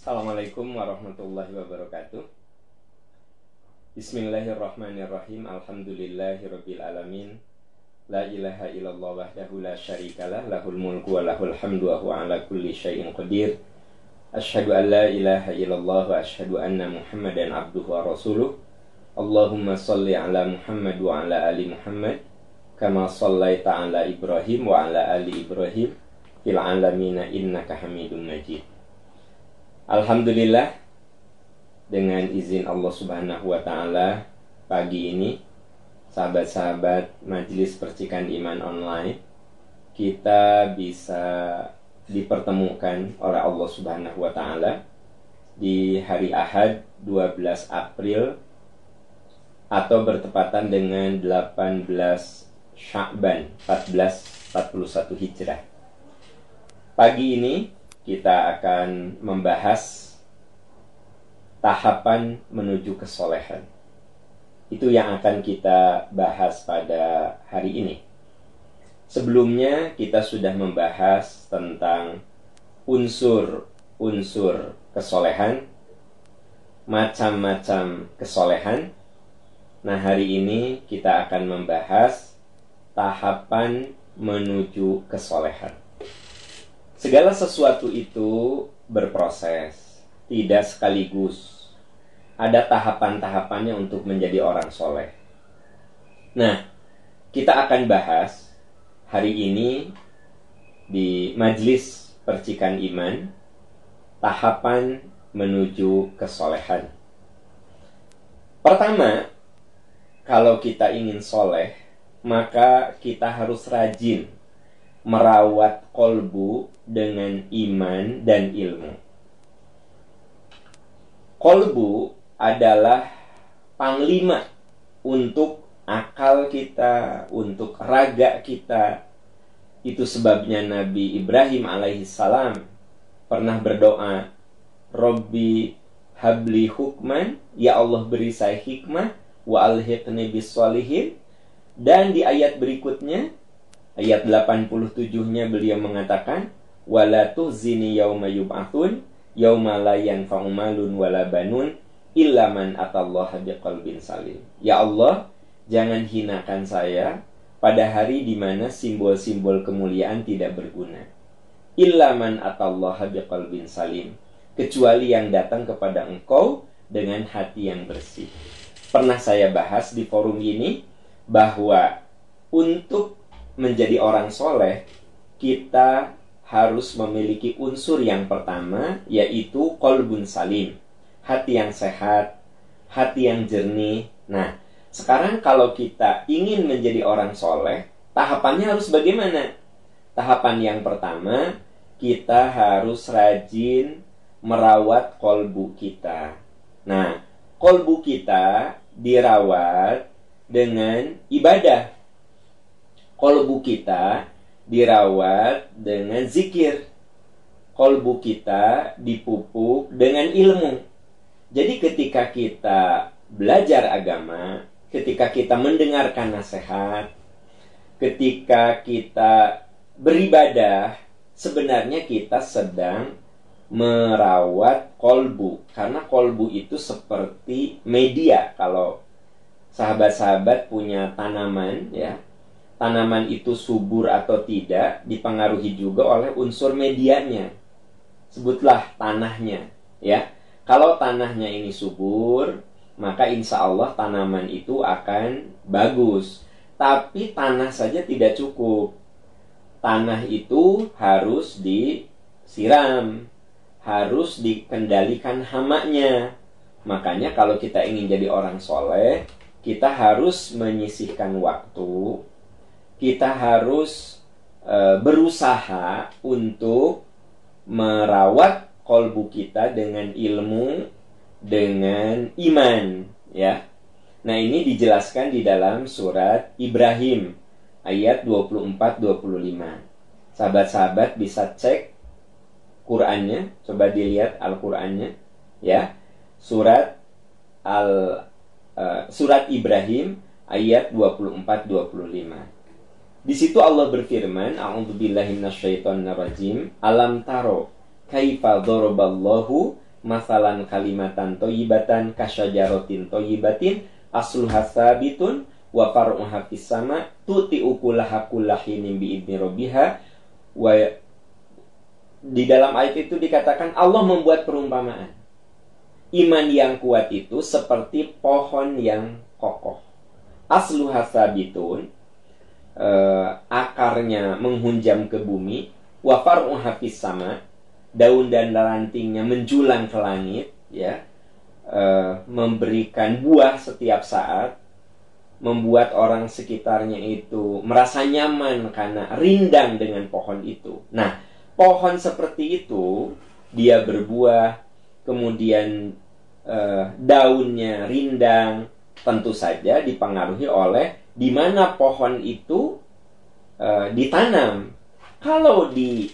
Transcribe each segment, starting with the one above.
Assalamualaikum warahmatullahi wabarakatuh. Bismillahirrahmanirrahim. Alhamdulillahirabbil alamin. La ilaha illallah wahdahu la syarikalah, lahul mulku wa lahul hamdu wa huwa ala kulli syai'in qadir. Asyhadu an la ilaha illallah wa asyhadu anna Muhammadan abduhu wa rasuluh. Allahumma shalli ala Muhammad wa ala ali Muhammad kama shallaita ala Ibrahim wa ala ali Ibrahim fil alamin innaka Hamidum Majid. Alhamdulillah, dengan izin Allah Subhanahu wa Ta'ala, pagi ini sahabat-sahabat Majelis Percikan Iman Online, kita bisa dipertemukan oleh Allah Subhanahu wa Ta'ala di hari Ahad 12 April atau bertepatan dengan 18 Sya'ban 1441 Hijrah. Pagi ini kita akan membahas tahapan menuju kesolehan. Itu yang akan kita bahas pada hari ini. Sebelumnya kita sudah membahas tentang unsur-unsur kesolehan, macam-macam kesolehan. Nah, hari ini kita akan membahas tahapan menuju kesolehan. Segala sesuatu itu berproses, tidak sekaligus. Ada tahapan-tahapannya untuk menjadi orang soleh. Nah, kita akan bahas hari ini di Majelis Percikan Iman, tahapan menuju kesolehan. Pertama, kalau kita ingin soleh, maka kita harus rajin merawat kolbu dengan iman dan ilmu. Kolbu adalah panglima untuk akal kita, untuk raga kita. Itu sebabnya Nabi Ibrahim alaihissalam pernah berdoa, Robbi habli hukman, ya Allah beri saya hikmah, wa alhiqni bis-sholihin. Dan di ayat berikutnya, ayat 87-nya beliau mengatakan, wala tuhzini yauma yub'atsun yauma la yanfa'u malun wala banun illa man atallaha biqalbin salim. Ya Allah, jangan hinakan saya pada hari di mana simbol-simbol kemuliaan tidak berguna. Illa man atallaha biqalbin salim, kecuali yang datang kepada engkau dengan hati yang bersih. Pernah saya bahas di forum ini bahwa untuk menjadi orang soleh, kita harus memiliki unsur yang pertama, yaitu qalbun salim, hati yang sehat, hati yang jernih. Nah, sekarang kalau kita ingin menjadi orang soleh, tahapannya harus bagaimana? Tahapan yang pertama, kita harus rajin merawat qalbu kita. Nah, qalbu kita dirawat dengan ibadah. Kolbu kita dirawat dengan zikir. Kolbu kita dipupuk dengan ilmu. Jadi ketika kita belajar agama, ketika kita mendengarkan nasihat, ketika kita beribadah, sebenarnya kita sedang merawat kolbu. Karena kolbu itu seperti media. Kalau sahabat-sahabat punya tanaman, ya, tanaman itu subur atau tidak dipengaruhi juga oleh unsur medianya. Sebutlah tanahnya, ya. Kalau tanahnya ini subur, maka insya Allah tanaman itu akan bagus. Tapi tanah saja tidak cukup. Tanah itu harus disiram, harus dikendalikan hamanya. Makanya kalau kita ingin jadi orang soleh, kita harus menyisihkan waktu, kita harus berusaha untuk merawat kolbu kita dengan ilmu, dengan iman, ya. Nah, ini dijelaskan di dalam surat Ibrahim ayat 24-25. Sahabat-sahabat bisa cek Qur'annya, coba dilihat Al-Qur'annya, ya. Surat Ibrahim ayat 24-25. Di situ Allah berfirman, A'udzubillahi minasyaitonir rajim, alam taro kaifa daraballahu masalan kalimatan thayyibatan kasyajaratin thayyibatin asluha tsabitun wa far'uha fis sama tuti ukulaha kullahinin bi idzni rabbiha. Wa di dalam ayat itu dikatakan Allah membuat perumpamaan. Iman yang kuat itu seperti pohon yang kokoh. Asluha tsabitun, akarnya menghunjam ke bumi, wa far'uha fis sama, daun dan rantingnya menjulang ke langit, ya, memberikan buah setiap saat, membuat orang sekitarnya itu merasa nyaman karena rindang dengan pohon itu. Nah, pohon seperti itu dia berbuah, kemudian daunnya rindang, tentu saja dipengaruhi oleh di mana pohon itu ditanam. Kalau di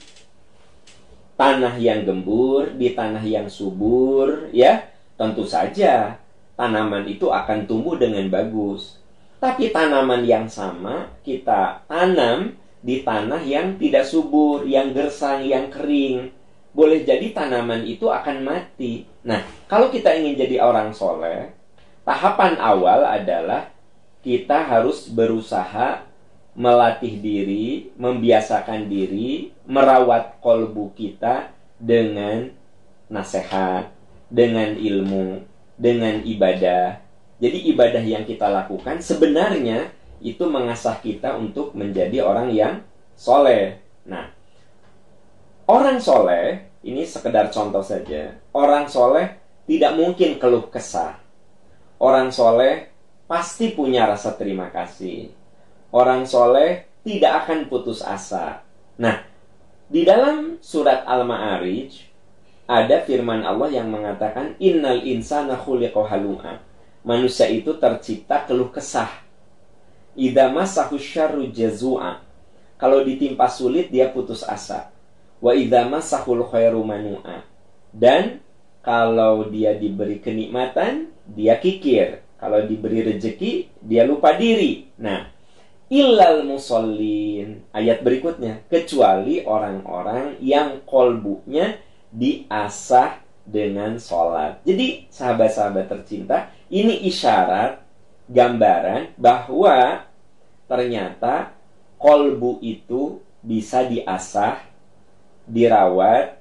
tanah yang gembur, di tanah yang subur, ya, tentu saja tanaman itu akan tumbuh dengan bagus. Tapi tanaman yang sama kita tanam di tanah yang tidak subur, yang gersang, yang kering, boleh jadi tanaman itu akan mati. Nah, kalau kita ingin jadi orang soleh, tahapan awal adalah kita harus berusaha melatih diri, membiasakan diri, merawat kolbu kita dengan nasihat, dengan ilmu, dengan ibadah. Jadi ibadah yang kita lakukan sebenarnya itu mengasah kita untuk menjadi orang yang soleh. Nah, orang soleh, ini sekedar contoh saja. Orang soleh tidak mungkin keluh kesah. Orang soleh pasti punya rasa terima kasih. Orang soleh tidak akan putus asa. Nah, di dalam surat Al-Ma'arij ada firman Allah yang mengatakan innal insana khuliqa halu'a. Manusia itu tercipta keluh kesah. Idza massahu syarru jazua. Kalau ditimpa sulit dia putus asa. Wa idza massahul khairu manu'a. Dan kalau dia diberi kenikmatan, dia kikir. Kalau diberi rezeki, dia lupa diri. Nah, illal musallin, ayat berikutnya, kecuali orang-orang yang kolbunya diasah dengan sholat. Jadi sahabat-sahabat tercinta, ini isyarat, gambaran bahwa ternyata kolbu itu bisa diasah, dirawat,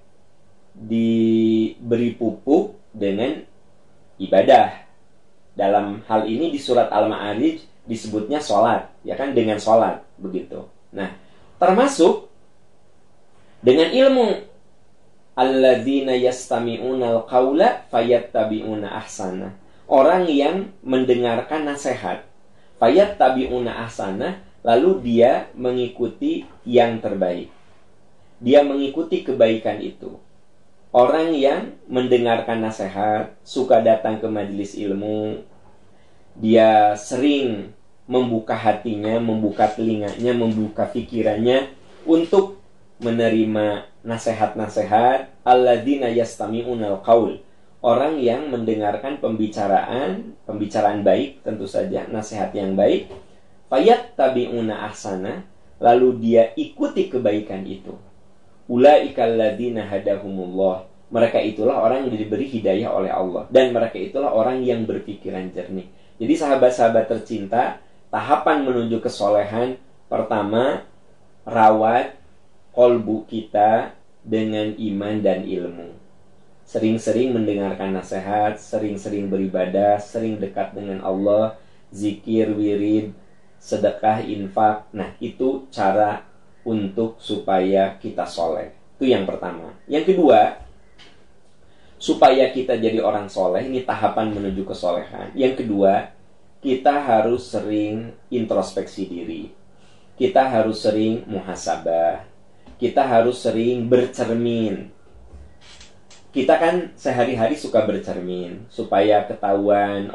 diberi pupuk dengan ibadah. Dalam hal ini di surat Al-Ma'arij disebutnya sholat, ya kan, dengan sholat, begitu. Nah, termasuk dengan ilmu alladzina yastami'unal qawla fayattabi'una ahsana. Orang yang mendengarkan nasihat, fayattabi'una ahsana, lalu dia mengikuti yang terbaik. Dia mengikuti kebaikan itu. Orang yang mendengarkan nasihat, suka datang ke majelis ilmu, dia sering membuka hatinya, membuka telinganya, membuka pikirannya untuk menerima nasihat-nasihat. Alladzina yastami'unal qaul, orang yang mendengarkan pembicaraan baik, tentu saja nasihat yang baik. Fayattabi'una ahsana, lalu dia ikuti kebaikan itu. Ulaikal ladzina hadahumullah, mereka itulah orang yang diberi hidayah oleh Allah, dan mereka itulah orang yang berpikiran jernih. Jadi sahabat-sahabat tercinta, tahapan menuju kesolehan, pertama, rawat kolbu kita dengan iman dan ilmu. Sering-sering mendengarkan nasihat, sering-sering beribadah, sering dekat dengan Allah, zikir, wirid, sedekah, infak. Nah, itu cara untuk supaya kita soleh. Itu yang pertama. Yang kedua, supaya kita jadi orang soleh, ini tahapan menuju kesolehan. Yang kedua, kita harus sering introspeksi diri. Kita harus sering muhasabah. Kita harus sering bercermin. Kita kan sehari-hari suka bercermin supaya ketahuan,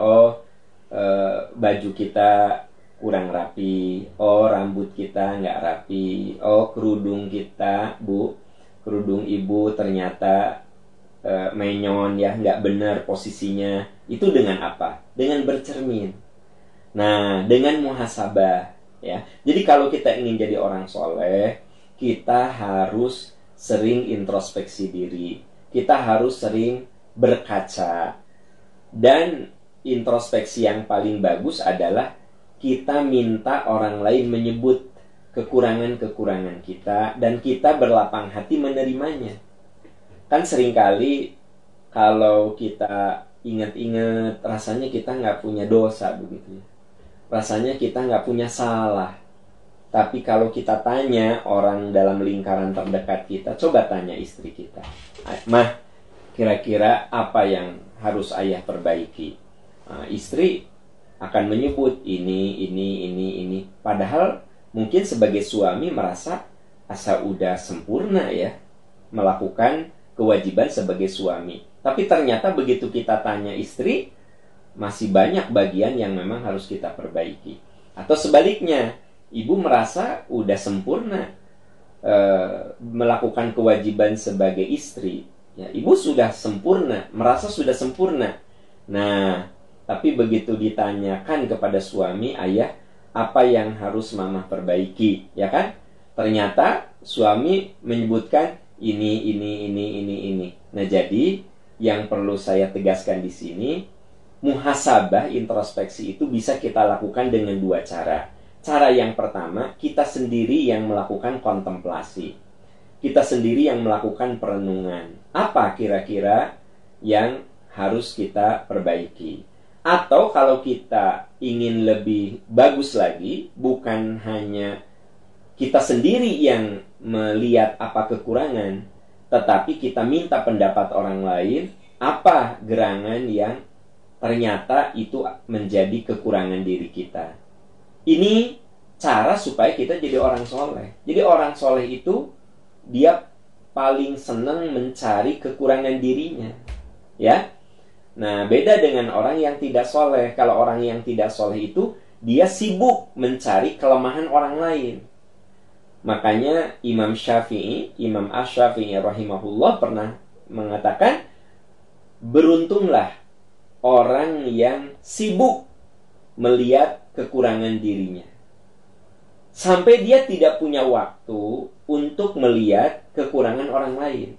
baju kita kurang rapi, rambut kita nggak rapi, kerudung kita, kerudung ibu ternyata menyon, ya, nggak benar posisinya. Itu dengan apa? Dengan bercermin. Nah, dengan muhasabah, ya. Jadi kalau kita ingin jadi orang soleh, kita harus sering introspeksi diri. Kita harus sering berkaca. Dan introspeksi yang paling bagus adalah kita minta orang lain menyebut kekurangan-kekurangan kita dan kita berlapang hati menerimanya. Kan seringkali kalau kita ingat-ingat rasanya kita nggak punya dosa begitu ya. Rasanya kita nggak punya salah. Tapi kalau kita tanya orang dalam lingkaran terdekat kita, coba tanya istri kita, "Mah, kira-kira apa yang harus ayah perbaiki?" Nah, istri akan menyebut ini. Padahal mungkin sebagai suami merasa asa udah sempurna ya melakukan kewajiban sebagai suami. Tapi ternyata begitu kita tanya istri, masih banyak bagian yang memang harus kita perbaiki. Atau sebaliknya, ibu merasa udah sempurna melakukan kewajiban sebagai istri. Ya, ibu sudah sempurna, merasa sudah sempurna. Nah, tapi begitu ditanyakan kepada suami, "Ayah, apa yang harus mama perbaiki?" Ya kan? Ternyata suami menyebutkan ini. Nah, jadi yang perlu saya tegaskan di sini, muhasabah, introspeksi itu bisa kita lakukan dengan dua cara. Cara yang pertama, kita sendiri yang melakukan kontemplasi. Kita sendiri yang melakukan perenungan. Apa kira-kira yang harus kita perbaiki? Atau kalau kita ingin lebih bagus lagi, bukan hanya kita sendiri yang melihat apa kekurangan, tetapi kita minta pendapat orang lain, apa gerangan yang ternyata itu menjadi kekurangan diri kita. Ini cara supaya kita jadi orang soleh. Jadi orang soleh itu dia paling senang mencari kekurangan dirinya, ya. Nah, beda dengan orang yang tidak soleh. Kalau orang yang tidak soleh itu dia sibuk mencari kelemahan orang lain. Makanya Imam Asy-Syafi'i rahimahullah pernah mengatakan, beruntunglah orang yang sibuk melihat kekurangan dirinya, sampai dia tidak punya waktu untuk melihat kekurangan orang lain.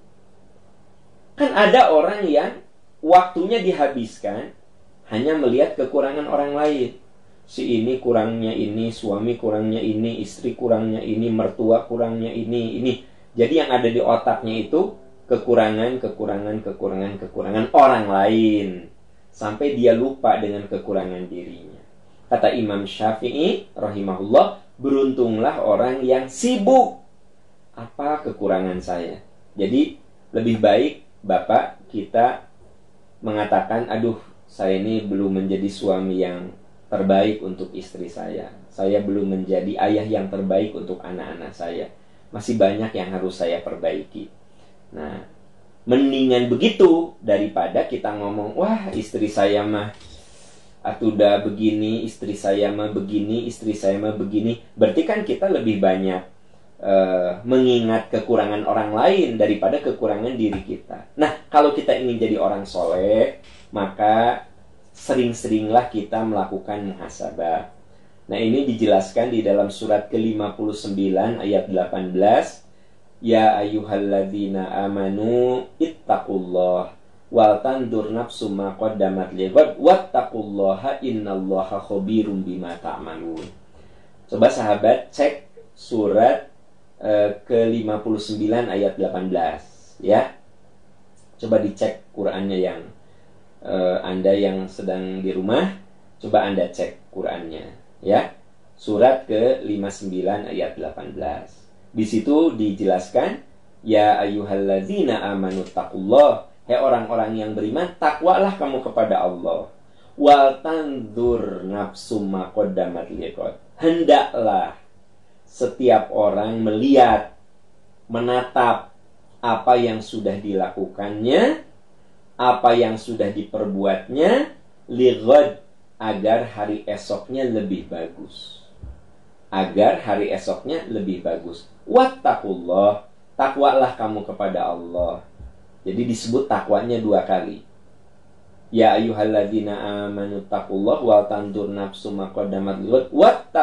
Kan ada orang yang waktunya dihabiskan hanya melihat kekurangan orang lain. Si ini kurangnya ini, suami kurangnya ini, istri kurangnya ini, mertua kurangnya ini. Jadi yang ada di otaknya itu kekurangan orang lain, sampai dia lupa dengan kekurangan dirinya. Kata Imam Syafi'i rahimahullah, beruntunglah orang yang sibuk apa kekurangan saya. Jadi lebih baik Bapak kita mengatakan, "Aduh, saya ini belum menjadi suami yang terbaik untuk istri saya. Saya belum menjadi ayah yang terbaik untuk anak-anak saya. Masih banyak yang harus saya perbaiki." Nah, mendingan begitu daripada kita ngomong, "Wah, istri saya mah udah begini, istri saya mah begini, istri saya mah begini." Berarti kan kita lebih banyak mengingat kekurangan orang lain daripada kekurangan diri kita. Nah, kalau kita ingin jadi orang soleh, maka sering-seringlah kita melakukan muhasabah. Nah, ini dijelaskan di dalam surat ke-59 ayat 18. "Ya ayyuhalladzina amanu ittaqullah wal tandur nafsum ma qaddamat lighad wattaqullaha innallaha khabirum bima ta'malun." Coba sahabat cek surat ke-59 ayat 18 ya. Coba dicek Qur'annya yang Anda yang sedang di rumah, coba Anda cek Qur'annya ya. Surat ke-59 ayat 18. Di situ dijelaskan, "Ya ayyuhalladzina amanu taqullah." Hai orang-orang yang beriman, takwalah kamu kepada Allah. "Wal tandur nafsum ma qaddamat liqad." Hendaklah setiap orang melihat, menatap apa yang sudah dilakukannya, apa yang sudah diperbuatnya, lighad, agar hari esoknya lebih bagus. Agar hari esoknya lebih bagus. Wattaqullah, takwalah kamu kepada Allah. Jadi disebut takwanya 2 kali. Ya ayyuhalladzina amanu taqullah wa tandur nafsum ma qaddamat lighad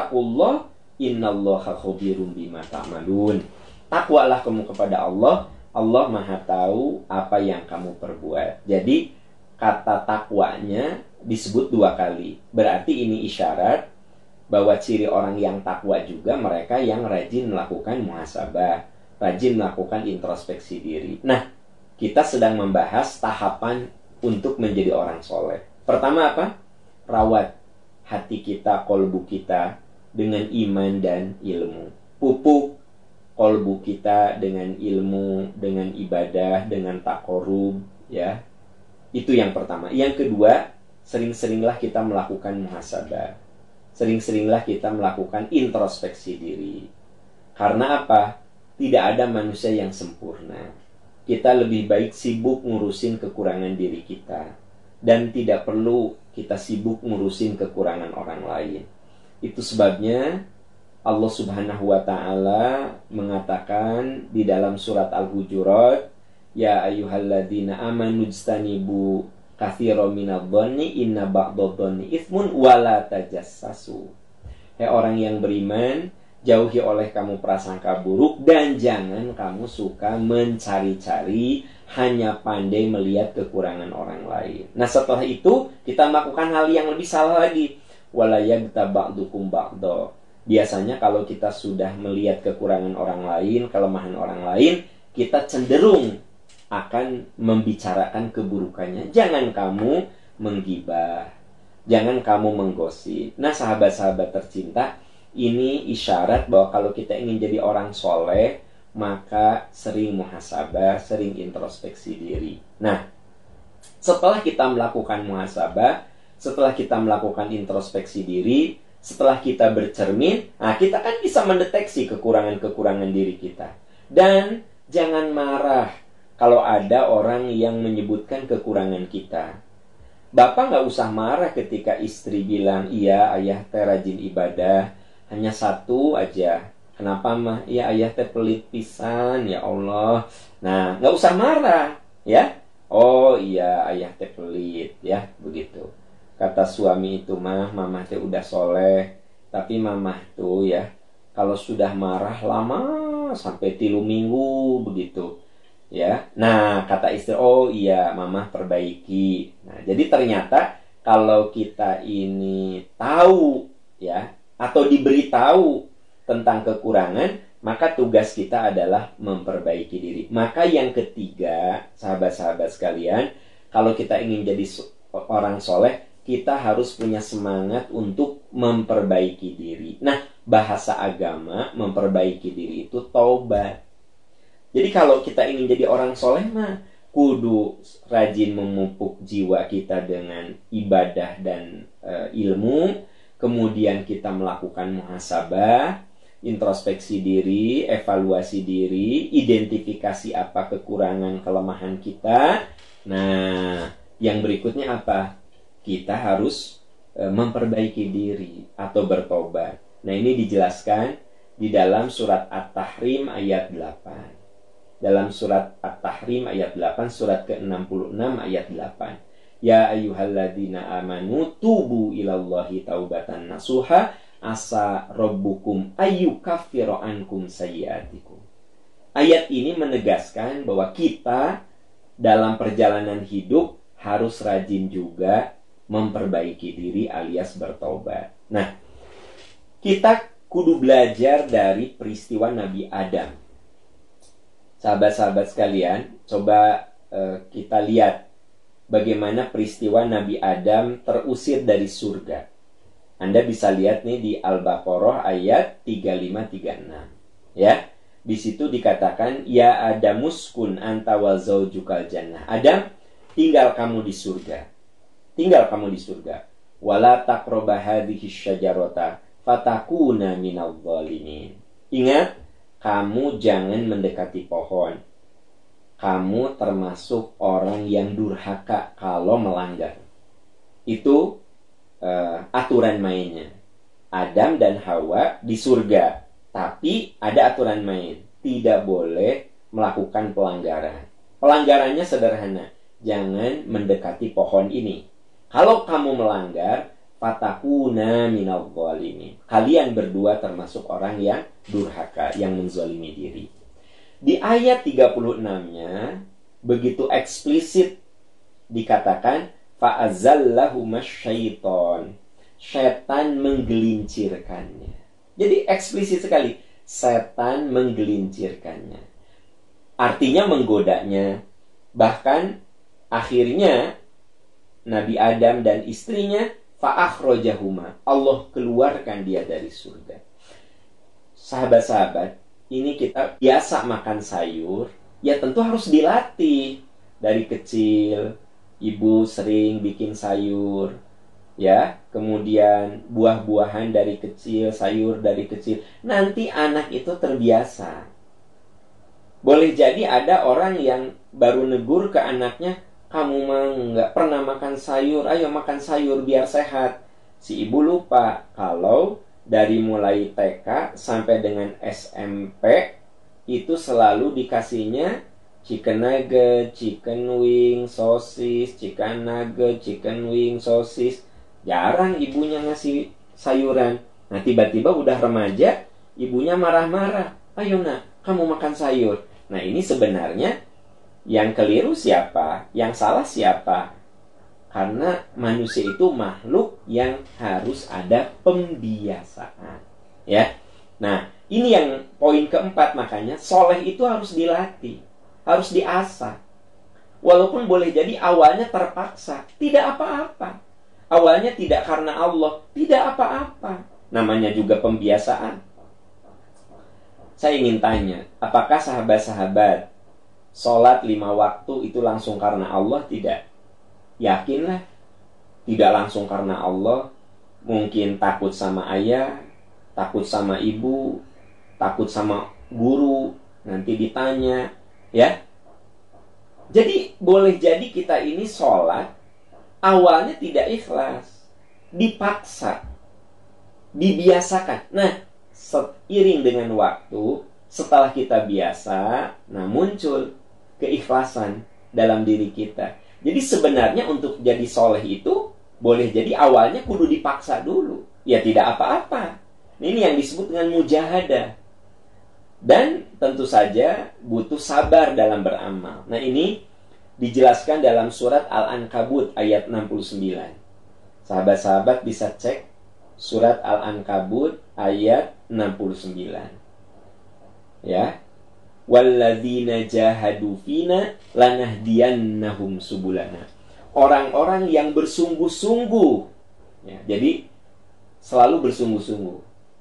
wattaqullah innallaha khabirum bima ta'malun. Takwalah kamu kepada Allah, Allah Maha tahu apa yang kamu perbuat. Jadi kata takwanya disebut 2 kali. Berarti ini isyarat bahwa ciri orang yang takwa juga mereka yang rajin melakukan muhasabah, rajin melakukan introspeksi diri. Nah, kita sedang membahas tahapan untuk menjadi orang soleh. Pertama apa? Rawat hati kita, kolbu kita dengan iman dan ilmu. Pupuk kolbu kita dengan ilmu, dengan ibadah, dengan takorub, ya. Itu yang pertama. Yang kedua, sering-seringlah kita melakukan muhasabah. Sering-seringlah kita melakukan introspeksi diri. Karena apa? Tidak ada manusia yang sempurna. Kita lebih baik sibuk ngurusin kekurangan diri kita. Dan tidak perlu kita sibuk ngurusin kekurangan orang lain. Itu sebabnya Allah Subhanahu wa ta'ala mengatakan di dalam surat Al-Hujurat, ya ayyuhalladzina amanu jtanibu katsiran minadh-dhanni inna ba'dadh-dhanni itsmun wala tajassasu. Hai orang yang beriman, jauhi oleh kamu prasangka buruk dan jangan kamu suka mencari-cari, hanya pandai melihat kekurangan orang lain. Nah, setelah itu kita melakukan hal yang lebih salah lagi. Wala yaghtab ba'dukum ba'dha. Biasanya kalau kita sudah melihat kekurangan orang lain, kelemahan orang lain, kita cenderung akan membicarakan keburukannya. Jangan kamu menggibah, jangan kamu menggosip. Nah, sahabat-sahabat tercinta, ini isyarat bahwa kalau kita ingin jadi orang soleh, maka sering muhasabah, sering introspeksi diri. Nah, setelah kita melakukan muhasabah, setelah kita melakukan introspeksi diri, setelah kita bercermin, nah kita kan bisa mendeteksi kekurangan-kekurangan diri kita. Dan jangan marah kalau ada orang yang menyebutkan kekurangan kita. Bapak nggak usah marah ketika istri bilang, iya ayah teh rajin ibadah, hanya satu aja. Kenapa mah? Iya ayah teh pelit pisan, ya Allah. Nah, nggak usah marah, ya. Oh iya ayah teh pelit, ya begitu. Kata suami itu mah, mamah teh udah soleh, tapi mamah tuh ya, kalau sudah marah lama sampai 3 minggu begitu, ya. Nah, kata istri, oh iya, mamah perbaiki. Nah, jadi ternyata kalau kita ini tahu, ya, atau diberitahu tentang kekurangan, maka tugas kita adalah memperbaiki diri. Maka yang ketiga, sahabat-sahabat sekalian, kalau kita ingin jadi orang soleh, kita harus punya semangat untuk memperbaiki diri. Nah, bahasa agama memperbaiki diri itu taubat. Jadi kalau kita ingin jadi orang soleh mah, kudu rajin memupuk jiwa kita dengan ibadah dan ilmu. Kemudian kita melakukan muhasabah, introspeksi diri, evaluasi diri, identifikasi apa kekurangan kelemahan kita. Nah, yang berikutnya apa? Kita harus memperbaiki diri atau bertobat. Nah, ini dijelaskan di dalam surat At-Tahrim ayat 8. Dalam surat At-Tahrim ayat 8, surat ke-66 ayat 8. Ya ayyuhalladzina amanu tubu ilallahi taubatan nasuha asa rabbukum ayyukaffiru ankum sayyiatikum. Ayat ini menegaskan bahwa kita dalam perjalanan hidup harus rajin juga memperbaiki diri alias bertobat. Nah, kita kudu belajar dari peristiwa Nabi Adam. Sahabat-sahabat sekalian, coba kita lihat bagaimana peristiwa Nabi Adam terusir dari surga. Anda bisa lihat nih di Al-Baqarah ayat 35-36. Ya, di situ dikatakan, ya Adamuskun anta wa zaujukal jannah. Adam, tinggal kamu di surga. Tinggal kamu di surga. Wala taqraba hadhihi syajarata fatakuna minadh dhalimin. Ingat, kamu jangan mendekati pohon. Kamu termasuk orang yang durhaka kalau melanggar. Itu aturan mainnya. Adam dan Hawa di surga, tapi ada aturan main. Tidak boleh melakukan pelanggaran. Pelanggarannya sederhana. Jangan mendekati pohon ini. Kalau kamu melanggar, fatakuna minadh dhalimin. Kalian berdua termasuk orang yang durhaka, yang menzalimi diri. Di ayat 36-nya begitu eksplisit dikatakan fa'azallahumas syaiton. Setan menggelincirkannya. Jadi eksplisit sekali, setan menggelincirkannya. Artinya menggodanya. Bahkan akhirnya Nabi Adam dan istrinya fa'akhrajahuma. Allah keluarkan dia dari surga. Sahabat-sahabat, ini kita biasa makan sayur, ya tentu harus dilatih. Dari kecil, ibu sering bikin sayur, ya, kemudian buah-buahan dari kecil, sayur dari kecil. Nanti anak itu terbiasa. Boleh jadi ada orang yang baru negur ke anaknya, kamu mah nggak pernah makan sayur, ayo makan sayur biar sehat. Si ibu lupa kalau dari mulai TK sampai dengan SMP itu selalu dikasihnya chicken nugget, chicken wing, sosis, chicken nugget, chicken wing, sosis. Jarang ibunya ngasih sayuran. Nah tiba-tiba udah remaja, ibunya marah-marah. Ayo nak, kamu makan sayur. Nah ini sebenarnya yang keliru siapa? Yang salah siapa? Karena manusia itu makhluk yang harus ada pembiasaan. Ya. Nah, ini yang poin keempat, makanya soleh itu harus dilatih, harus diasah. Walaupun boleh jadi awalnya terpaksa, tidak apa-apa. Awalnya tidak karena Allah, tidak apa-apa. Namanya juga pembiasaan. Saya ingin tanya, apakah sahabat-sahabat sholat 5 waktu itu langsung karena Allah? Tidak. Yakinlah, tidak langsung karena Allah. Mungkin takut sama ayah, takut sama ibu, takut sama guru, nanti ditanya, ya. Jadi boleh jadi kita ini sholat awalnya tidak ikhlas, dipaksa, dibiasakan. Nah, seiring dengan waktu, setelah kita biasa, nah muncul keikhlasan dalam diri kita. Jadi sebenarnya untuk jadi soleh itu boleh jadi awalnya kudu dipaksa dulu. Ya tidak apa-apa. Ini yang disebut dengan mujahadah. Dan tentu saja butuh sabar dalam beramal. Nah ini dijelaskan dalam surat Al-Ankabut ayat 69. Sahabat-sahabat bisa cek surat Al-Ankabut ayat 69. Ya. Walladzina jahadu fina lanahdiyannahum subulana. Orang-orang yang bersungguh-sungguh, ya, jadi selalu bersungguh-sungguh,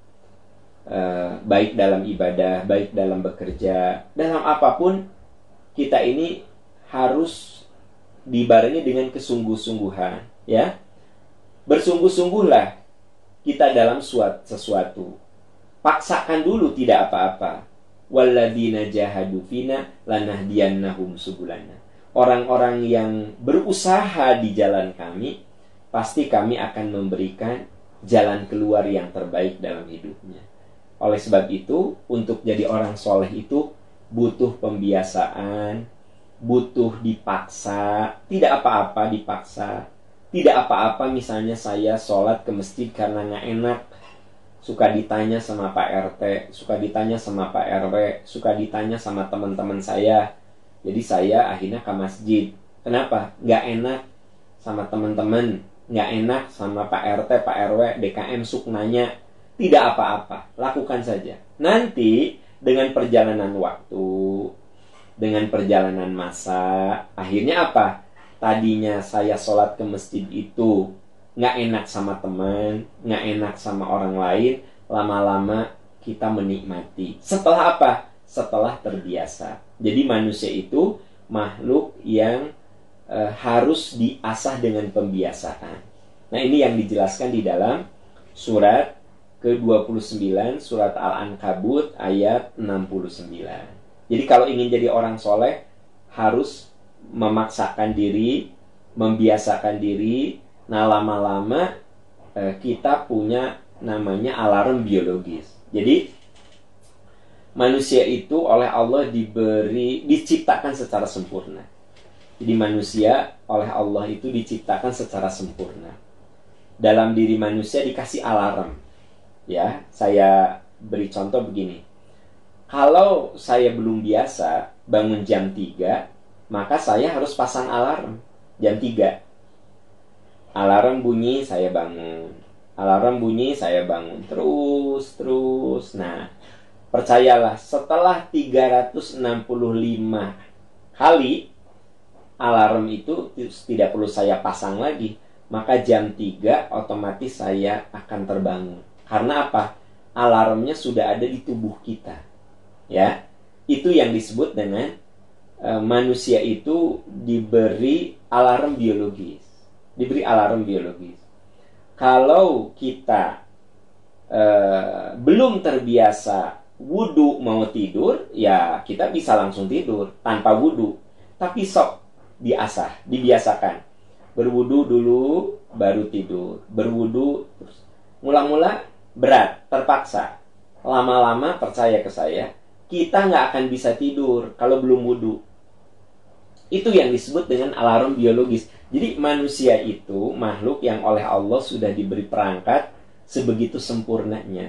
baik dalam ibadah, baik dalam bekerja, dalam apapun kita ini harus dibarengi dengan kesungguh-sungguhan, ya. Bersungguh-sungguhlah kita dalam sesuatu. Paksakan dulu tidak apa-apa. Walladzina jahadu fina lanahdiyannahum subulana. Orang-orang yang berusaha di jalan kami, pasti kami akan memberikan jalan keluar yang terbaik dalam hidupnya. Oleh sebab itu, untuk jadi orang soleh itu butuh pembiasaan, butuh dipaksa. Tidak apa-apa dipaksa. Tidak apa-apa misalnya saya sholat ke masjid karena gak enak, suka ditanya sama Pak RT, suka ditanya sama Pak RW, suka ditanya sama teman-teman saya. Jadi saya akhirnya ke masjid. Kenapa? Nggak enak sama teman-teman, nggak enak sama Pak RT, Pak RW, DKM suknanya. Tidak apa-apa, lakukan saja. Nanti dengan perjalanan waktu, dengan perjalanan masa, akhirnya apa? Tadinya saya sholat ke masjid itu nggak enak sama teman, nggak enak sama orang lain, lama-lama kita menikmati. Setelah apa? Setelah terbiasa. Jadi manusia itu makhluk yang harus diasah dengan pembiasaan. Nah ini yang dijelaskan di dalam surat ke-29, surat Al-Ankabut ayat 69. Jadi kalau ingin jadi orang soleh, harus memaksakan diri, membiasakan diri. Nah lama-lama kita punya namanya alarm biologis. Jadi manusia itu oleh Allah diciptakan secara sempurna. Jadi manusia oleh Allah itu diciptakan secara sempurna. Dalam diri manusia dikasih alarm. Ya, saya beri contoh begini. Kalau saya belum biasa bangun jam 3, maka saya harus pasang alarm jam 3. Alarm bunyi, saya bangun. Alarm bunyi, saya bangun. Terus. Nah, percayalah, setelah 365 kali alarm itu tidak perlu saya pasang lagi, maka jam 3 otomatis saya akan terbangun. Karena apa? Alarmnya sudah ada di tubuh kita. Ya, itu yang disebut dengan manusia itu diberi alarm biologis. Kalau kita belum terbiasa wudu mau tidur, ya kita bisa langsung tidur tanpa wudu. Tapi sok dibiasakan. Berwudu dulu, baru tidur. Berwudu, terus. Mula-mula berat, terpaksa. Lama-lama, percaya ke saya, kita nggak akan bisa tidur kalau belum wudu. Itu yang disebut dengan alarm biologis. Jadi manusia itu makhluk yang oleh Allah sudah diberi perangkat sebegitu sempurnanya.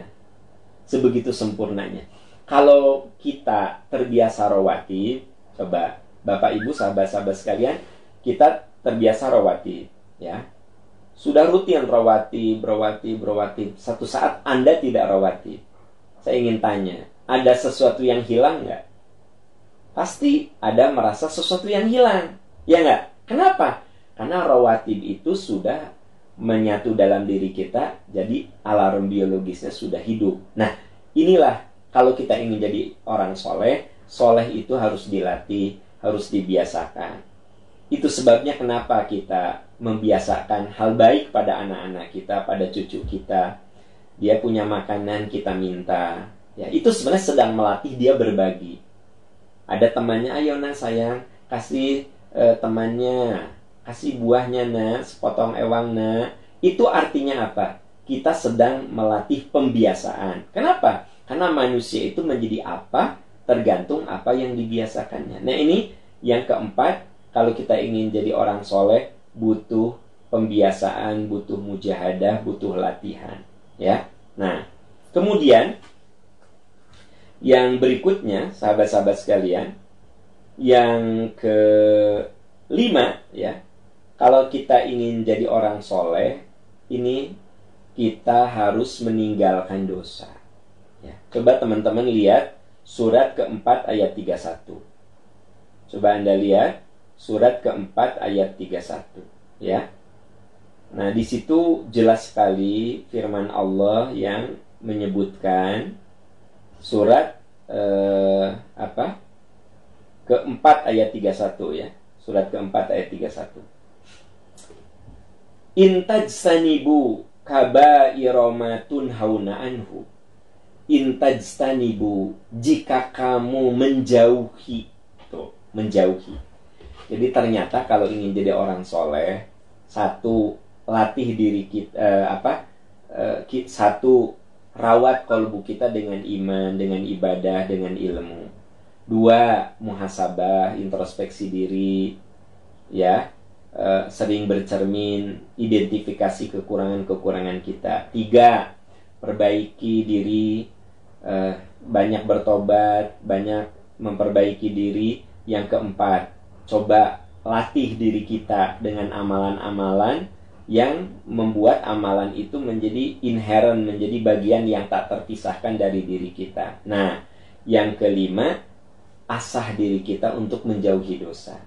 Kalau kita terbiasa rawatib, coba Bapak Ibu, sahabat-sahabat sekalian, kita terbiasa rawatib, ya. Sudah rutin rawatib. Satu saat Anda tidak rawatib. Saya ingin tanya, ada sesuatu yang hilang nggak? Pasti ada merasa sesuatu yang hilang, ya nggak? Kenapa? Karena rawatib itu sudah menyatu dalam diri kita, jadi alarm biologisnya sudah hidup. Nah, inilah kalau kita ingin jadi orang soleh itu harus dilatih, harus dibiasakan. Itu sebabnya kenapa kita membiasakan hal baik pada anak-anak kita, pada cucu kita. Dia punya makanan, kita minta. Ya, itu sebenarnya sedang melatih dia berbagi. Ada temannya, ayo nak sayang, kasih temannya, kasih buahnya nak, sepotong ewang nak. Itu artinya apa? Kita sedang melatih pembiasaan. Kenapa? Karena manusia itu menjadi apa? Tergantung apa yang dibiasakannya. Nah, ini yang keempat, kalau kita ingin jadi orang soleh, butuh pembiasaan, butuh mujahadah, butuh latihan. Ya. Nah, kemudian yang berikutnya, sahabat-sahabat sekalian, yang kelima, ya, kalau kita ingin jadi orang soleh, ini kita harus meninggalkan dosa. Ya. Coba teman-teman lihat surat keempat ayat 31. Coba Anda lihat surat keempat ayat 31. Ya. Nah, di situ jelas sekali firman Allah yang menyebutkan surat keempat ayat 31, ya. Surat keempat ayat 31. Intajtanibu kabairomatun hauna anhu. Intajtanibu, jika kamu menjauhi. Tuh, menjauhi. Jadi ternyata kalau ingin jadi orang soleh, satu, latih diri kita, satu, rawat kolbu kita dengan iman, dengan ibadah, dengan ilmu. Dua, muhasabah, introspeksi diri, ya, sering bercermin, identifikasi kekurangan-kekurangan kita. Tiga, perbaiki diri, banyak bertobat, banyak memperbaiki diri. Yang keempat, coba latih diri kita dengan amalan-amalan yang membuat amalan itu menjadi inherent, menjadi bagian yang tak terpisahkan dari diri kita. Nah, yang kelima, asah diri kita untuk menjauhi dosa.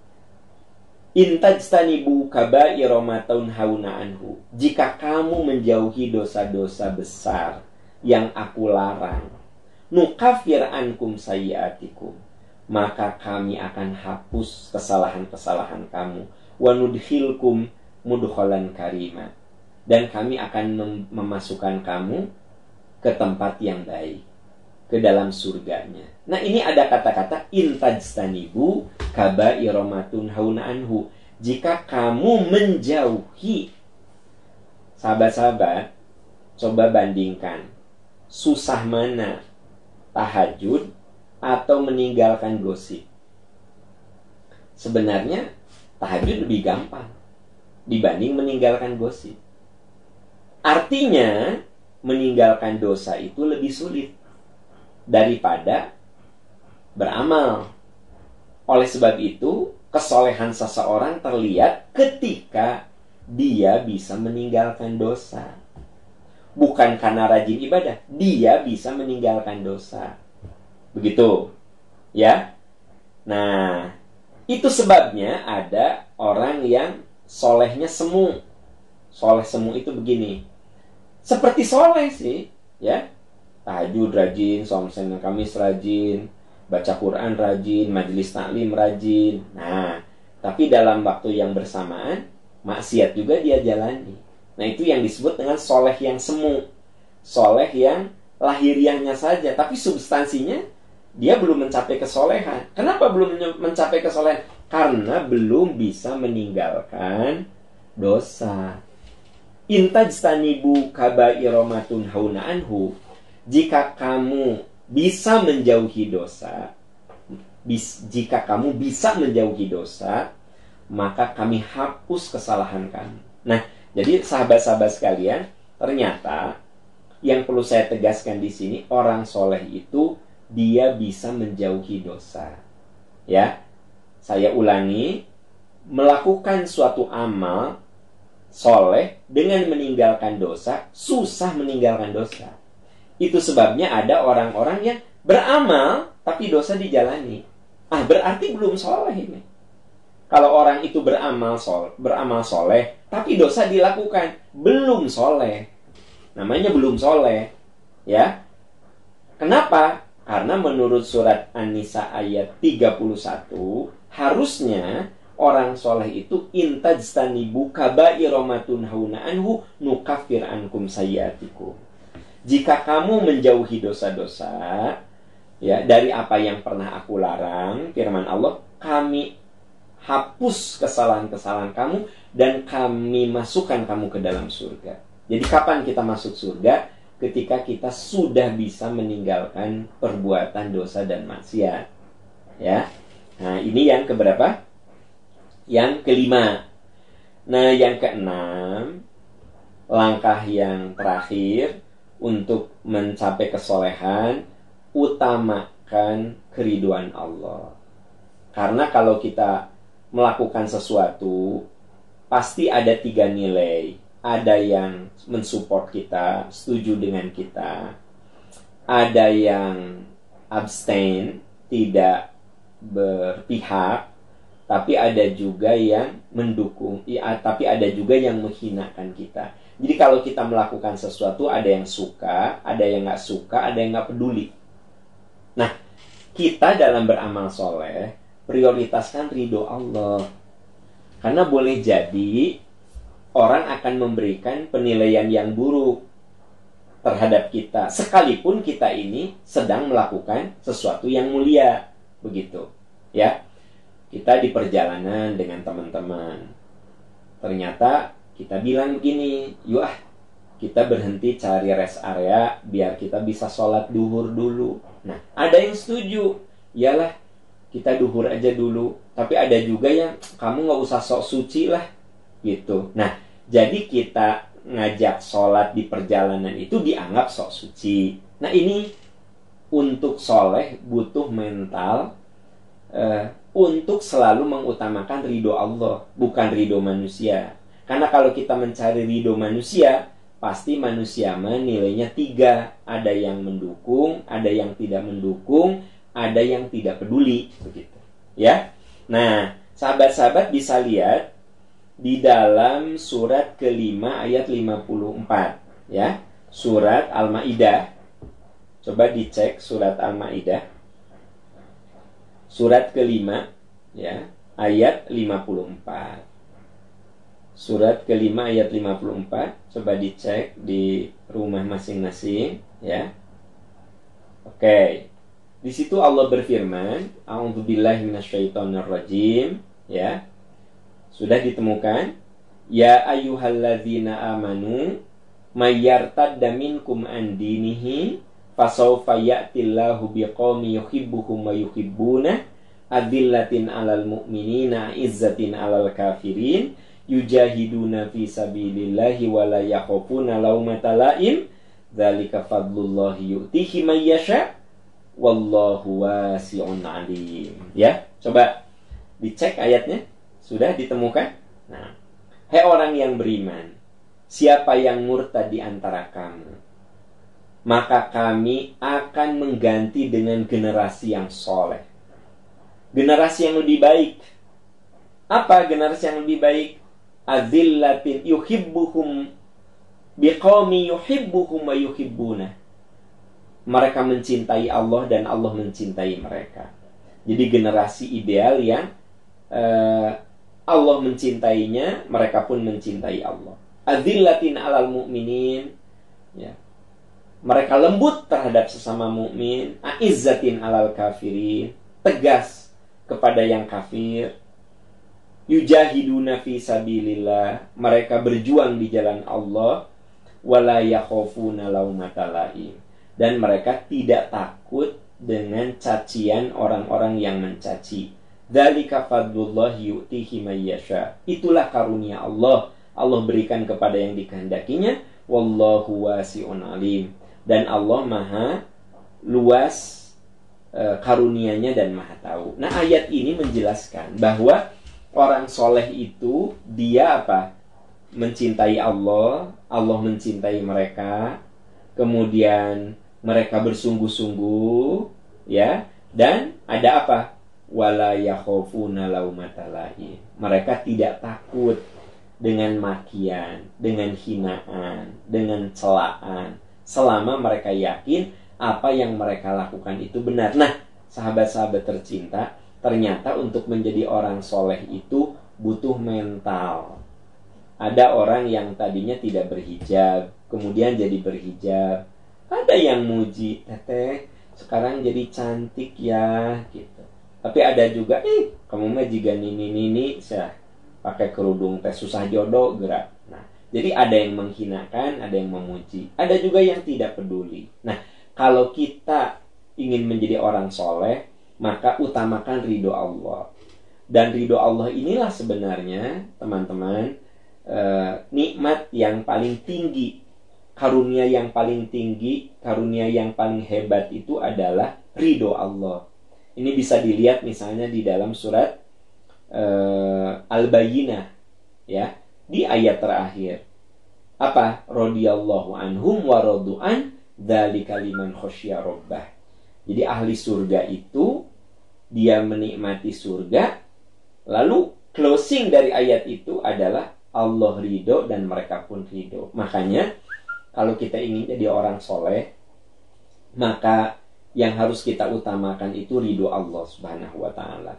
Intajtanibu kabairomatun hauna anhu. Jika kamu menjauhi dosa-dosa besar yang aku larang, nukafir ankum sayyiatikum, maka kami akan hapus kesalahan-kesalahan kamu. Wa nudkhilkum mudkhalan karima, dan kami akan memasukkan kamu ke tempat yang baik, ke dalam surganya. Nah, ini ada kata-kata intajtanibu kabairomatun hauna anhu. Jika kamu menjauhi. Sahabat-sahabat, coba bandingkan, susah mana tahajud atau meninggalkan gosip? Sebenarnya tahajud lebih gampang dibanding meninggalkan gosip. Artinya meninggalkan dosa itu lebih sulit. daripada beramal. Oleh sebab itu, kesolehan seseorang terlihat ketika dia bisa meninggalkan dosa. Bukan karena rajin ibadah, dia bisa meninggalkan dosa. Begitu, ya. Nah, itu sebabnya ada orang yang solehnya semu. Soleh semu itu begini. Seperti soleh sih, ya. Tahajud rajin, saum Senin Kamis rajin, baca Quran rajin, majelis taklim rajin. Nah, tapi dalam waktu yang bersamaan, maksiat juga dia jalani. Nah, itu yang disebut dengan soleh yang semu. Soleh yang lahiriahnya saja, tapi substansinya dia belum mencapai kesolehan. Kenapa belum mencapai kesolehan? Karena belum bisa meninggalkan dosa. Intajtanibu kabairomatun hauna anhu. Jika kamu bisa menjauhi dosa, maka kami hapus kesalahan kamu. Nah, jadi sahabat-sahabat sekalian, ternyata yang perlu saya tegaskan di sini, orang soleh itu dia bisa menjauhi dosa. Ya, saya ulangi, melakukan suatu amal soleh dengan meninggalkan dosa, susah meninggalkan dosa. Itu sebabnya ada orang-orang yang beramal tapi dosa dijalani. Berarti belum soleh ini. Kalau orang itu beramal soleh tapi dosa dilakukan, belum soleh. Namanya belum soleh, ya. Kenapa? Karena menurut surat An-Nisa ayat 31, harusnya orang soleh itu intajtanibu kabairomatun hauna anhu nukaffir ankum sayyiatikum. Jika kamu menjauhi dosa-dosa, ya, dari apa yang pernah aku larang, firman Allah, kami hapus kesalahan-kesalahan kamu dan kami masukkan kamu ke dalam surga. Jadi kapan kita masuk surga? Ketika kita sudah bisa meninggalkan perbuatan dosa dan maksiat. Ya. Nah, ini yang keberapa? Yang kelima. Nah, yang keenam, langkah yang terakhir untuk mencapai kesolehan, utamakan keriduan Allah. Karena kalau kita melakukan sesuatu, pasti ada 3 nilai. Ada yang mensupport kita, setuju dengan kita. Ada yang abstain, tidak berpihak. Tapi ada juga yang mendukung, tapi ada juga yang menghinakan kita. Jadi kalau kita melakukan sesuatu, ada yang suka, ada yang nggak suka, ada yang nggak peduli. Nah, kita dalam beramal soleh, prioritaskan ridho Allah. Karena boleh jadi orang akan memberikan penilaian yang buruk terhadap kita, sekalipun kita ini sedang melakukan sesuatu yang mulia. Begitu, ya. Kita di perjalanan dengan teman-teman, ternyata kita bilang begini, yuk kita berhenti cari rest area biar kita bisa sholat duhur dulu. Nah, ada yang setuju, iyalah kita duhur aja dulu. Tapi ada juga yang kamu gak usah sok suci lah, gitu. Nah, jadi kita ngajak sholat di perjalanan itu dianggap sok suci. Nah, ini untuk soleh butuh mental untuk selalu mengutamakan ridho Allah, bukan ridho manusia. Karena kalau kita mencari ridho manusia, pasti manusia nilainya 3. Ada yang mendukung, ada yang tidak mendukung, ada yang tidak peduli, begitu. Ya. Nah, sahabat-sahabat bisa lihat di dalam surat kelima ayat 54, ya. Surat Al-Maidah. Coba dicek surat Al-Maidah. Surat kelima, ya, ayat 54. Surat kelima ayat 54. Coba dicek di rumah masing-masing, ya. Oke. Di situ Allah berfirman, A'udzubillahi minasyaitonirrajim, ya. Sudah ditemukan? Ya ayyuhalladzina amanu mayyartadda minkum an dinihi fasawfa ya'tillahu biqaumin yuhibbuhum wa yuhibbuna adillatin 'alal mu'minina 'izzatin 'alal kafirin yujahiduna fi sabilillahi wa la yakhafuna laumata laim dzalika fadlullahi yu'tihi may yasha wallahu wasi'un alim. Ya, coba dicek ayatnya, sudah ditemukan? Nah, hai orang yang beriman, siapa yang murtad di antara kamu, maka kami akan mengganti dengan generasi yang soleh, generasi yang lebih baik. Apa generasi yang lebih baik? Azillatin yuhibbuhum biqaumi yuhibbuhum wa yuhibbuna. Mereka mencintai Allah dan Allah mencintai mereka. Jadi generasi ideal yang Allah mencintainya, mereka pun mencintai Allah. Azillatin alal mu'minin, ya. Mereka lembut terhadap sesama mukmin. Aizzatin alal kafirin, tegas kepada yang kafir. Yujahiduna fi sabilillah, mereka berjuang di jalan Allah. Wala yakhafuna laumata laim, dan mereka tidak takut dengan cacian orang-orang yang mencaci. Dzalika fadlullah yu'tihi may yasha. Itulah karunia Allah. Allah berikan kepada yang dikehendakinya. Wallahu wasi'un alim. Dan Allah maha luas karunianya dan maha tahu. Nah, ayat ini menjelaskan bahwa orang soleh itu dia apa? Mencintai Allah, Allah mencintai mereka, kemudian mereka bersungguh-sungguh, ya, dan ada apa? Wala yakhafuna laumata laim. Mereka tidak takut dengan makian, dengan hinaan, dengan celaan, selama mereka yakin apa yang mereka lakukan itu benar. Nah, sahabat-sahabat tercinta, ternyata untuk menjadi orang soleh itu butuh mental. Ada orang yang tadinya tidak berhijab, kemudian jadi berhijab. Ada yang muji, teteh sekarang jadi cantik ya, gitu. Tapi ada juga, kamu mah jika nini saya pakai kerudung teh susah jodoh gerak. Nah, jadi ada yang menghinakan, ada yang memuji, ada juga yang tidak peduli. Nah, kalau kita ingin menjadi orang soleh, maka utamakan ridho Allah. Dan ridho Allah inilah sebenarnya, teman-teman, nikmat yang paling tinggi, karunia yang paling tinggi, karunia yang paling hebat itu adalah ridho Allah. Ini bisa dilihat misalnya di dalam surat Al-Bayyinah, ya, di ayat terakhir. Apa? Radhiyallahu anhum wa radu'an dzalika liman khasyya rabbah. Jadi ahli surga itu dia menikmati surga, lalu closing dari ayat itu adalah Allah ridho dan mereka pun ridho. Makanya kalau kita ingin jadi orang soleh, maka yang harus kita utamakan itu ridho Allah Subhanahu wa ta'ala.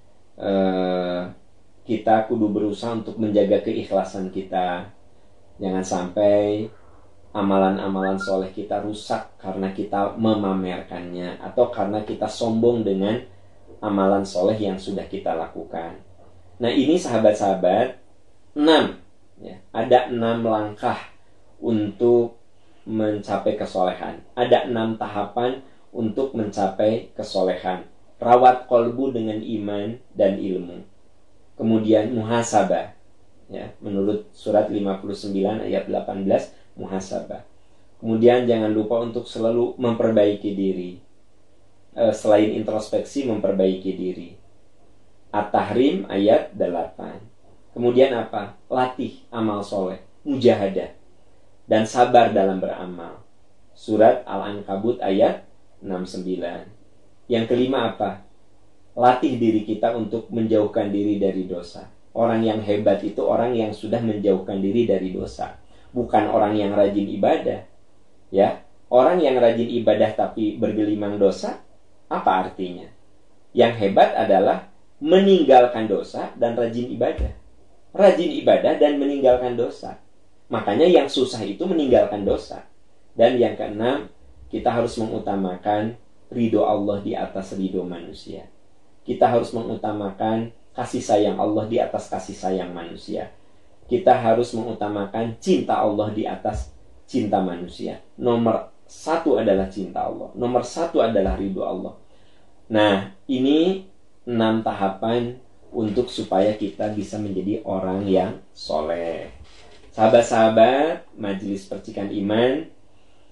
Kita kudu berusaha untuk menjaga keikhlasan kita. Jangan sampai amalan-amalan soleh kita rusak karena kita memamerkannya, atau karena kita sombong dengan amalan soleh yang sudah kita lakukan. Nah, ini sahabat-sahabat, 6, ya, ada 6 langkah untuk mencapai kesolehan. Ada 6 tahapan untuk mencapai kesolehan. Rawat kolbu dengan iman dan ilmu. Kemudian muhasabah, ya, menurut surat 59 ayat 18, muhasabah. Kemudian jangan lupa untuk selalu memperbaiki diri. Selain introspeksi, memperbaiki diri. At-Tahrim ayat 8. Kemudian apa? Latih amal soleh, mujahadah, dan sabar dalam beramal. Surat Al-Ankabut ayat 69. Yang kelima apa? Latih diri kita untuk menjauhkan diri dari dosa. Orang yang hebat itu orang yang sudah menjauhkan diri dari dosa, bukan orang yang rajin ibadah. Ya, orang yang rajin ibadah tapi bergelimang dosa, apa artinya? Yang hebat adalah meninggalkan dosa dan rajin ibadah. Rajin ibadah dan meninggalkan dosa. Makanya yang susah itu meninggalkan dosa. Dan yang keenam, kita harus mengutamakan ridho Allah di atas ridho manusia. Kita harus mengutamakan kasih sayang Allah di atas kasih sayang manusia. Kita harus mengutamakan cinta Allah di atas cinta manusia. Nomor 1 adalah cinta Allah. Nomor 1 adalah ridho Allah. Nah, ini 6 tahapan untuk supaya kita bisa menjadi orang yang soleh. Sahabat-sahabat Majelis Percikan Iman,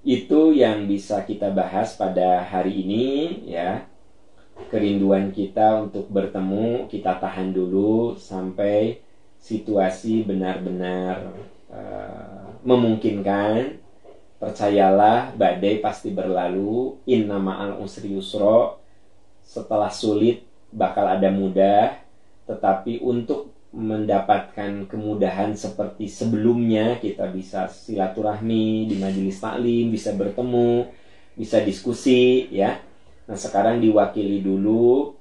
Itu yang bisa kita bahas pada hari ini ya. Kerinduan kita untuk bertemu kita tahan dulu sampai situasi benar-benar memungkinkan. Percayalah, badai pasti berlalu. Inna ma'al usri yusra. Setelah sulit bakal ada mudah. Tetapi untuk mendapatkan kemudahan seperti sebelumnya, kita bisa silaturahmi di majelis taklim, bisa bertemu, bisa diskusi ya. Nah, sekarang diwakili dulu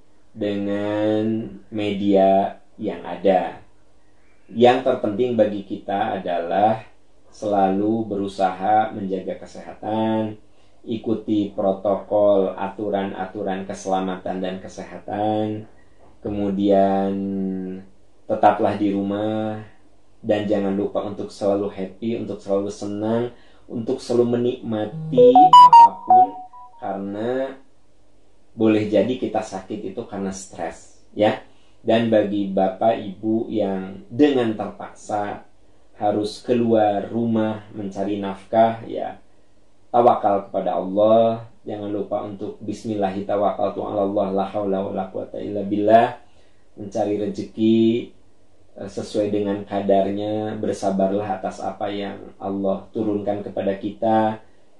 dengan media yang ada. Yang terpenting bagi kita adalah selalu berusaha menjaga kesehatan, ikuti protokol aturan-aturan keselamatan dan kesehatan, kemudian tetaplah di rumah, dan jangan lupa untuk selalu happy, untuk selalu senang, untuk selalu menikmati apapun, karena boleh jadi kita sakit itu karena stres ya. Dan bagi bapak ibu yang dengan terpaksa harus keluar rumah mencari nafkah ya, tawakal kepada Allah. Jangan lupa untuk bismillahi tawakkaltu 'alallah la haula wala quwata illa billah. Mencari rezeki sesuai dengan kadarnya, bersabarlah atas apa yang Allah turunkan kepada kita,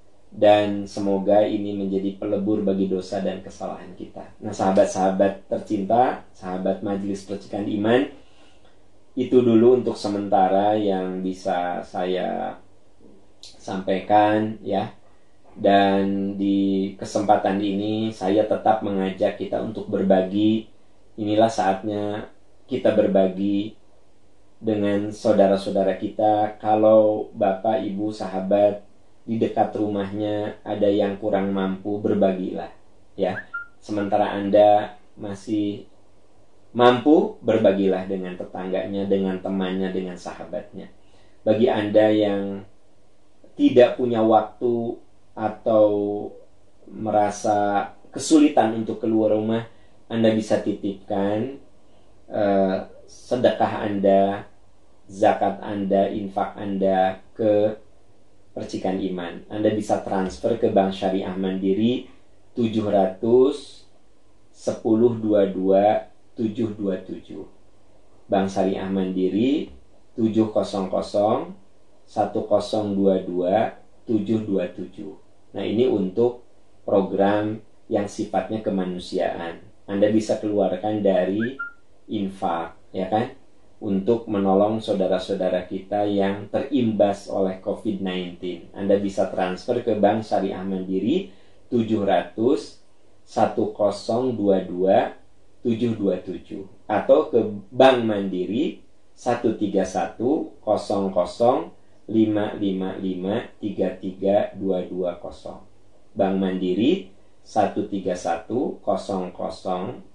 dan semoga ini menjadi pelebur bagi dosa dan kesalahan kita. Nah, sahabat-sahabat tercinta, sahabat Majelis Percikan Iman, itu dulu untuk sementara yang bisa saya sampaikan ya. Dan di kesempatan ini saya tetap mengajak kita untuk berbagi. Inilah saatnya kita berbagi dengan saudara-saudara kita. Kalau bapak, ibu, sahabat di dekat rumahnya ada yang kurang mampu, berbagilah ya. Sementara Anda masih mampu, berbagilah dengan tetangganya, dengan temannya, dengan sahabatnya. Bagi Anda yang tidak punya waktu atau merasa kesulitan untuk keluar rumah, Anda bisa titipkan sedekah Anda, zakat Anda, infak Anda ke Percikan Iman. Anda bisa transfer ke Bank Syariah Mandiri 700 1022 727. Bank Syariah Mandiri 700 1022 727. Nah, ini untuk program yang sifatnya kemanusiaan. Anda bisa keluarkan dari infak, ya kan? Untuk menolong saudara-saudara kita yang terimbas oleh COVID-19. Anda bisa transfer ke Bank Syariah Mandiri 700 1022 727 atau ke Bank Mandiri 131 00 555 33220. Bank Mandiri 131 00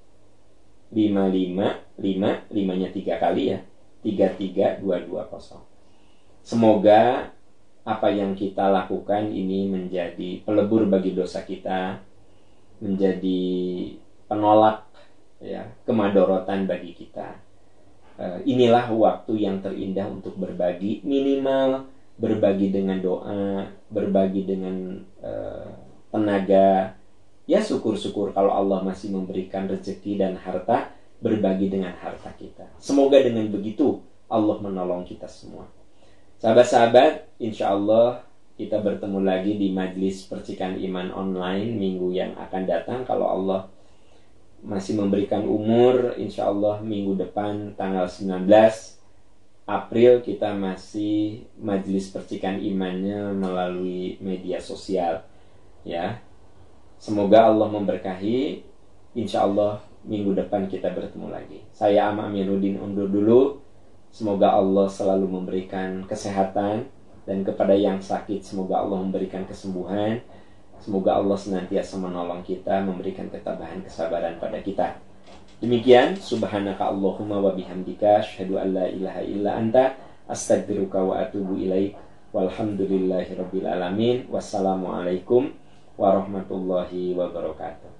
555 5-nya 3 kali ya, 33220. Semoga apa yang kita lakukan ini menjadi pelebur bagi dosa kita, menjadi penolak ya kemadorotan bagi kita. Inilah waktu yang terindah untuk berbagi, minimal berbagi dengan doa, berbagi dengan tenaga. Ya, syukur-syukur kalau Allah masih memberikan rezeki dan harta, berbagi dengan harta kita. Semoga dengan begitu Allah menolong kita semua. Sahabat-sahabat, insya Allah kita bertemu lagi di Majelis Percikan Iman online minggu yang akan datang. Kalau Allah masih memberikan umur, insya Allah minggu depan tanggal 19 April kita masih Majelis Percikan Imannya melalui media sosial ya. Semoga Allah memberkahi. Insya Allah minggu depan kita bertemu lagi. Saya Ama Amiruddin undur dulu. Semoga Allah selalu memberikan kesehatan, dan kepada yang sakit semoga Allah memberikan kesembuhan. Semoga Allah senantiasa menolong kita, memberikan ketabahan, kesabaran pada kita. Demikian, subhanaka Allahumma wa bihamdika asyhadu an la ilaha illa anta astaghfiruka wa atubu ilaik. Walhamdulillahi rabbil alamin. Wassalamualaikum warahmatullahi wabarakatuh.